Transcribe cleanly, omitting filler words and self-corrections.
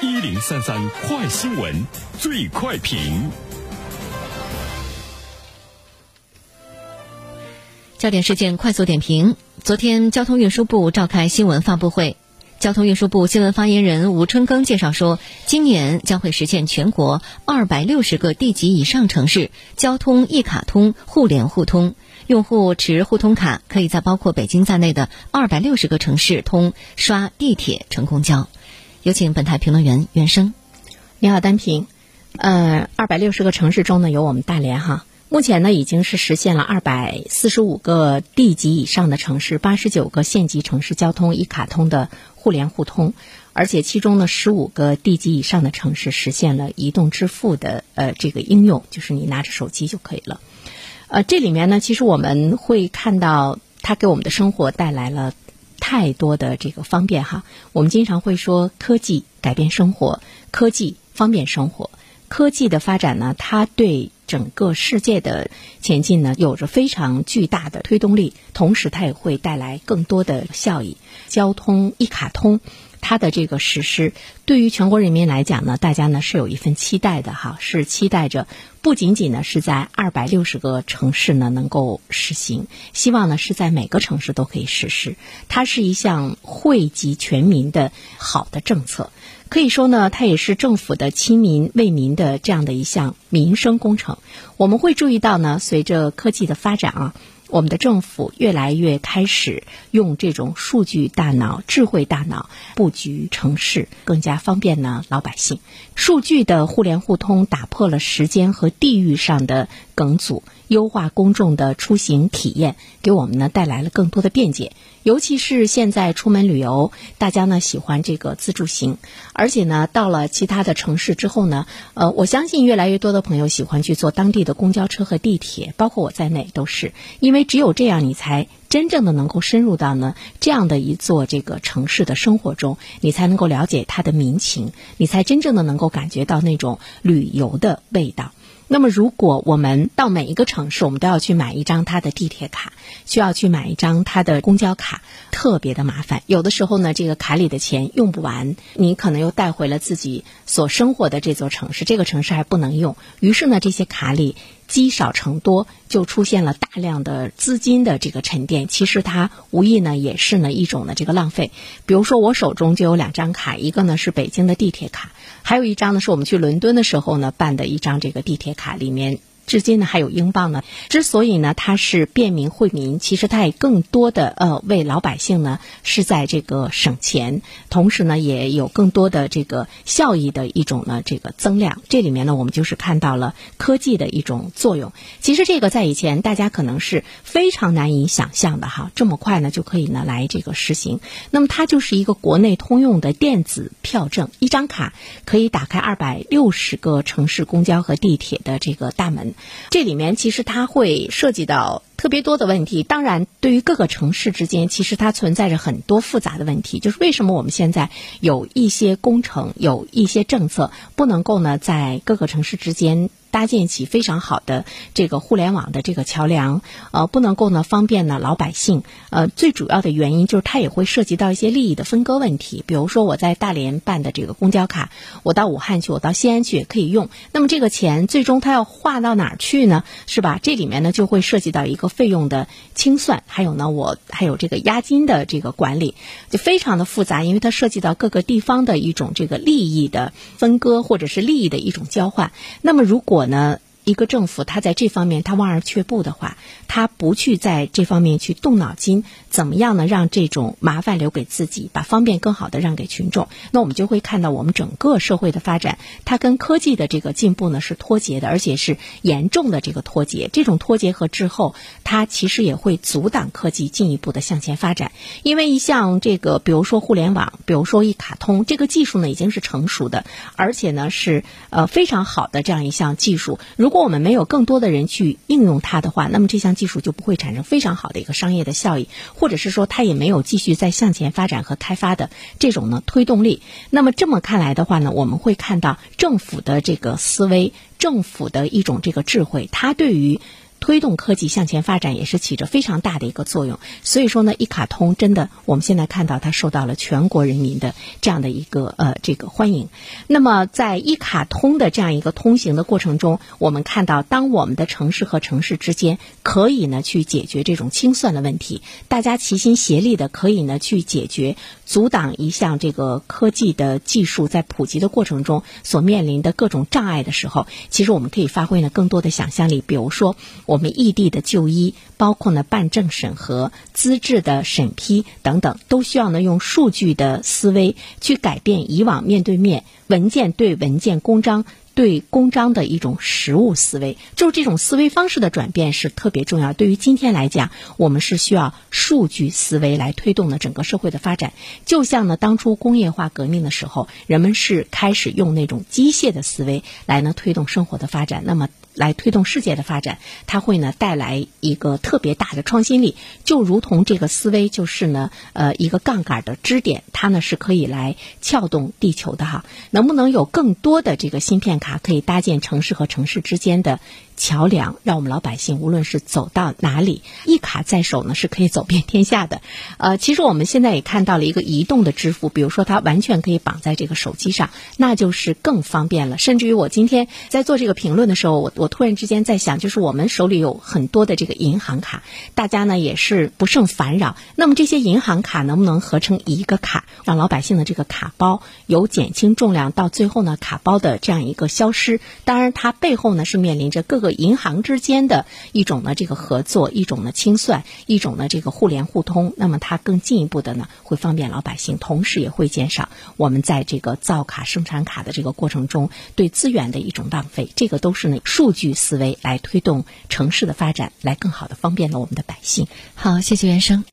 1033快新闻，最快评。 焦点事件快速点评。昨天，交通运输部召开新闻发布会。交通运输部新闻发言人吴春耕介绍说，今年将会实现全国260个地级以上城市交通一卡通互联互通，用户持互通卡可以在包括北京在内的260个城市通刷地铁、乘公交。有请本台评论员袁生。 你好，单平。260个城市中呢，有我们大连哈。目前呢，已经是实现了245个地级以上的城市，89个县级城市交通一卡通的互联互通，而且其中呢，15个地级以上的城市实现了移动支付的这个应用，就是你拿着手机就可以了。这里面呢，其实我们会看到它给我们的生活带来了太多的这个方便哈。我们经常会说科技改变生活，科技方便生活。科技的发展呢，它对整个世界的前进呢，有着非常巨大的推动力，同时它也会带来更多的效益。交通一卡通，它的这个实施，对于全国人民来讲呢，大家呢是有一份期待的哈，是期待着不仅仅呢是在260个城市呢能够实行，希望呢是在每个城市都可以实施。它是一项惠及全民的好的政策。可以说呢，它也是政府的亲民为民的这样的一项民生工程。我们会注意到呢，随着科技的发展啊，我们的政府越来越开始用这种数据大脑、智慧大脑布局城市，更加方便呢老百姓。数据的互联互通打破了时间和地域上的梗阻，优化公众的出行体验，给我们呢带来了更多的便捷。尤其是现在出门旅游，大家呢喜欢这个自助行，而且呢到了其他的城市之后呢，我相信越来越多的朋友喜欢去坐当地的公交车和地铁，包括我在内都是，因为只有这样你才真正的能够深入到呢这样的一座这个城市的生活中，你才能够了解它的民情，你才真正的能够感觉到那种旅游的味道。那么如果我们到每一个城市，我们都要去买一张它的地铁卡，需要去买一张它的公交卡，特别的麻烦。有的时候呢，这个卡里的钱用不完，你可能又带回了自己所生活的这座城市，这个城市还不能用，于是呢，这些卡里积少成多，就出现了大量的资金的这个沉淀。其实它无疑呢也是呢一种的这个浪费。比如说我手中就有2张卡，一个呢是北京的地铁卡，还有一张呢是我们去伦敦的时候呢办的一张这个地铁卡，里面至今呢还有英镑呢。之所以呢它是便民惠民，其实它也更多的为老百姓呢是在这个省钱，同时呢也有更多的这个效益的一种呢这个增量。这里面呢我们就是看到了科技的一种作用。其实这个在以前大家可能是非常难以想象的哈，这么快呢就可以呢来这个实行。那么它就是一个国内通用的电子票证，一张卡可以打开260个城市公交和地铁的这个大门。这里面其实它会涉及到特别多的问题，当然对于各个城市之间其实它存在着很多复杂的问题，就是为什么我们现在有一些工程有一些政策不能够呢在各个城市之间搭建起非常好的这个互联网的这个桥梁，不能够呢方便呢老百姓。最主要的原因就是它也会涉及到一些利益的分割问题。比如说我在大连办的这个公交卡，我到武汉去，我到西安去也可以用。那么这个钱最终它要划到哪儿去呢？是吧？这里面呢就会涉及到一个费用的清算，还有呢我还有这个押金的这个管理，就非常的复杂，因为它涉及到各个地方的一种这个利益的分割或者是利益的一种交换。那么如果一个政府它在这方面它望而却步的话，它不去在这方面去动脑筋，怎么样呢让这种麻烦留给自己，把方便更好的让给群众，那我们就会看到我们整个社会的发展它跟科技的这个进步呢是脱节的，而且是严重的这个脱节。这种脱节和滞后它其实也会阻挡科技进一步的向前发展。因为一项这个比如说互联网，比如说一卡通，这个技术呢已经是成熟的，而且呢是非常好的这样一项技术。如果我们没有更多的人去应用它的话，那么这项技术就不会产生非常好的一个商业的效益，或者是说它也没有继续在向前发展和开发的这种呢推动力。那么这么看来的话呢，我们会看到政府的这个思维，政府的一种这个智慧，它对于推动科技向前发展也是起着非常大的一个作用。所以说呢，一卡通真的我们现在看到它受到了全国人民的这样的一个这个欢迎。那么在一卡通的这样一个通行的过程中，我们看到当我们的城市和城市之间可以呢去解决这种清算的问题，大家齐心协力的可以呢去解决阻挡一项这个科技的技术在普及的过程中所面临的各种障碍的时候，其实我们可以发挥呢更多的想象力。比如说我们异地的就医，包括呢办证审核、资质的审批等等，都需要呢用数据的思维去改变以往面对面文件对文件、公章对公章的一种实务思维。就是这种思维方式的转变是特别重要。对于今天来讲，我们是需要数据思维来推动呢整个社会的发展。就像呢当初工业化革命的时候，人们是开始用那种机械的思维来呢推动生活的发展，那么来推动世界的发展，它会呢带来一个特别大的创新力。就如同这个思维就是呢一个杠杆的支点，它呢是可以来撬动地球的哈。能不能有更多的这个芯片卡可以搭建城市和城市之间的桥梁，让我们老百姓无论是走到哪里，一卡在手呢是可以走遍天下的。其实我们现在也看到了一个移动的支付，比如说它完全可以绑在这个手机上，那就是更方便了。甚至于我今天在做这个评论的时候，我突然之间在想，就是我们手里有很多的这个银行卡，大家呢也是不胜烦扰。那么这些银行卡能不能合成一个卡，让老百姓的这个卡包有减轻重量，到最后呢卡包的这样一个消失。当然它背后呢是面临着各个银行之间的一种呢这个合作，一种呢清算，一种呢这个互联互通。那么它更进一步的呢会方便老百姓，同时也会减少我们在这个造卡生产卡的这个过程中对资源的一种浪费。这个都是呢数据思维来推动城市的发展，来更好的方便了我们的百姓。 好，谢谢袁生。